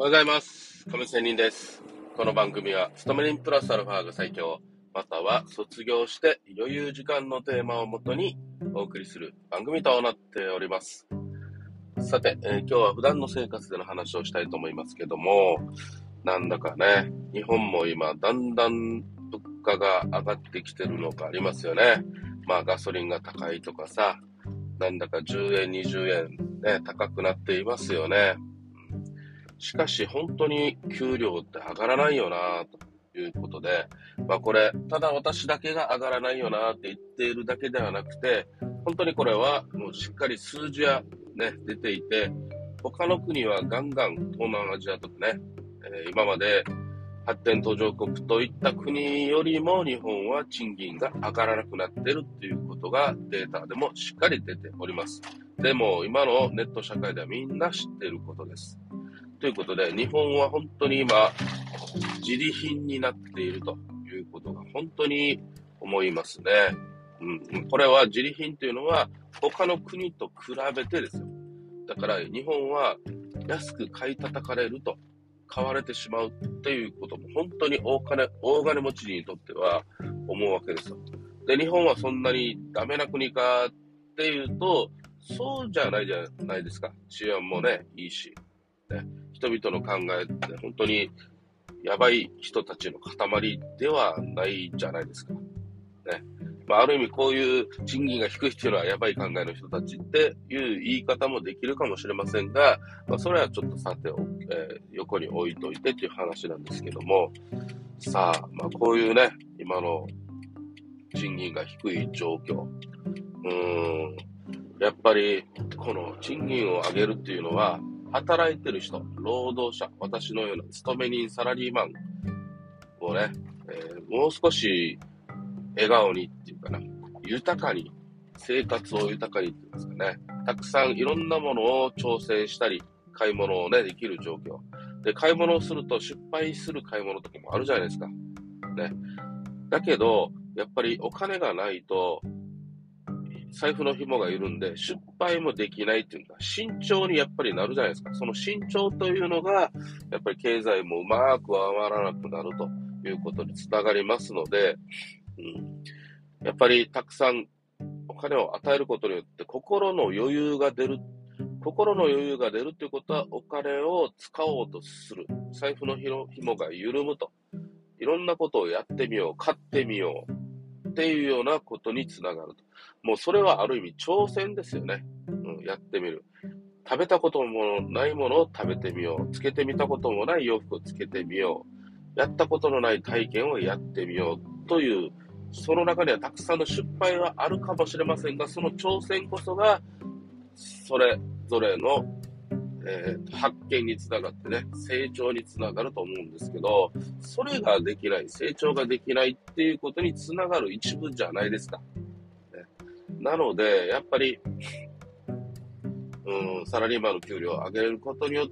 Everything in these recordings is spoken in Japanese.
おはようございます。亀仙人です。この番組は、勤め人プラスアルファが最強、または卒業して余裕時間のテーマをもとにお送りする番組となっております。さて、今日は普段の生活での話をしたいと思いますけども、なんだかね、日本も今、だんだん物価が上がってきてるのがありますよね。ガソリンが高いとかさ、なんだか10円、20円、ね、高くなっていますよね。しかし本当に給料って上がらないよなということで、これ、ただ私だけが上がらないよなって言っているだけではなくて、本当にこれはもうしっかり数字はね、出ていて、他の国はガンガン東南アジアとかね、今まで発展途上国といった国よりも日本は賃金が上がらなくなっているということがデータでもしっかり出ております。でも今のネット社会ではみんな知っていることです。ということで、日本は本当に今、自利品になっているということが本当に思いますね。これは自利品というのは他の国と比べてですよ。だから日本は安く買い叩かれると、買われてしまうっていうことも本当に大金持ちにとっては思うわけですよ。で、日本はそんなにダメな国かっていうと、そうじゃないじゃないですか。治安もね、いいし。ね、人々の考えって本当にやばい人たちの塊ではないじゃないですか。ね。ある意味こういう賃金が低いっていうのはやばい考えの人たちっていう言い方もできるかもしれませんが、それはちょっとさてお、横に置いといてっていう話なんですけども、さあ、こういうね、今の賃金が低い状況、やっぱりこの賃金を上げるっていうのは、働いてる人、労働者、私のような勤め人、サラリーマンをね、もう少し笑顔にっていうかな、豊かに、生活を豊かにっていうんですかね、たくさんいろんなものを調整したり、買い物をね、できる状況。で、買い物をすると失敗する買い物とかもあるじゃないですか。ね。だけど、やっぱりお金がないと、財布の紐が緩んで失敗もできないっていうか、慎重にやっぱりなるじゃないですか。その慎重というのが、やっぱり経済もうまく回らなくなるということにつながりますので、やっぱりたくさんお金を与えることによって心の余裕が出る。心の余裕が出るということはお金を使おうとする。財布の紐が緩むと。いろんなことをやってみよう、買ってみようっていうようなことにつながると。もうそれはある意味挑戦ですよね。やってみる。食べたこともないものを食べてみよう。つけてみたこともない洋服をつけてみよう。やったことのない体験をやってみようという、その中にはたくさんの失敗はあるかもしれませんが、その挑戦こそが、それぞれの、発見につながってね、成長につながると思うんですけど、それができない、成長ができないっていうことにつながる一部じゃないですか。ね、なので、やっぱり、サラリーマンの給料を上げることによって、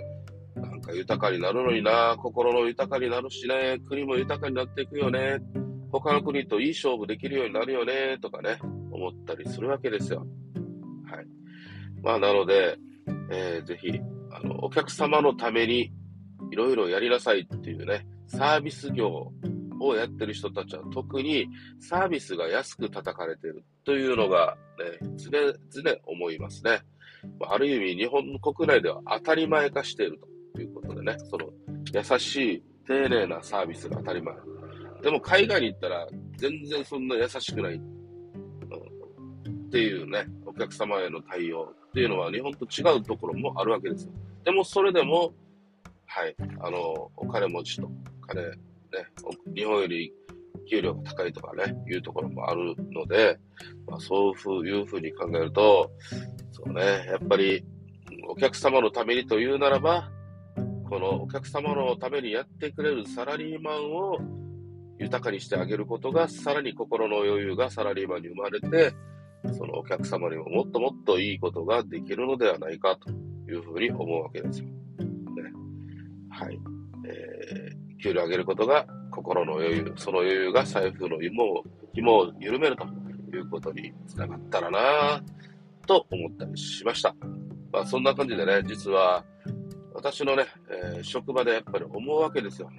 なんか豊かになるのにな、心の豊かになるしね、国も豊かになっていくよね、他の国といい勝負できるようになるよね、とかね、思ったりするわけですよ。はい。なので、ぜひ、お客様のためにいろいろやりなさいっていうね、サービス業をやってる人たちは特にサービスが安く叩かれているというのが、ね、常々思いますね。ある意味日本の国内では当たり前化しているということでね、その優しい丁寧なサービスが当たり前。でも海外に行ったら全然そんな優しくない、っていうね、お客様への対応っていうのは日本と違うところもあるわけですよ。でもそれでも、はい、お金持ちと、日本より給料が高いとかね、いうところもあるので、そういうふうに考えると、そうね、やっぱり、お客様のためにというならば、このお客様のためにやってくれるサラリーマンを豊かにしてあげることが、さらに心の余裕がサラリーマンに生まれて、そのお客様にももっともっといいことができるのではないかというふうに思うわけですよ。ね、はい。給料を上げることが心の余裕、その余裕が財布の紐を緩めるということにつながったらなぁと思ったりしました。そんな感じでね、実は、 私のね、職場でやっぱり思うわけですよ。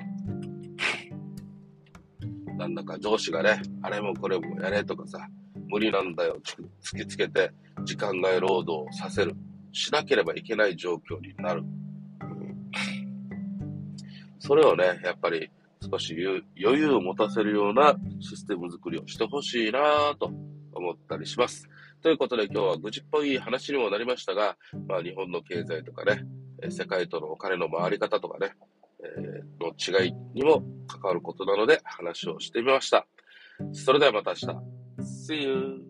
なんだか上司がね、あれもこれもやれとかさ、無理なんだよ、突きつけて時間外労働をさせる。しなければいけない状況になる。それをね、やっぱり少し余裕を持たせるようなシステム作りをしてほしいなぁと思ったりします。ということで今日は愚痴っぽい話にもなりましたが、日本の経済とかね、世界とのお金の回り方とかね、の違いにも関わることなので話をしてみました。それではまた明日。See you!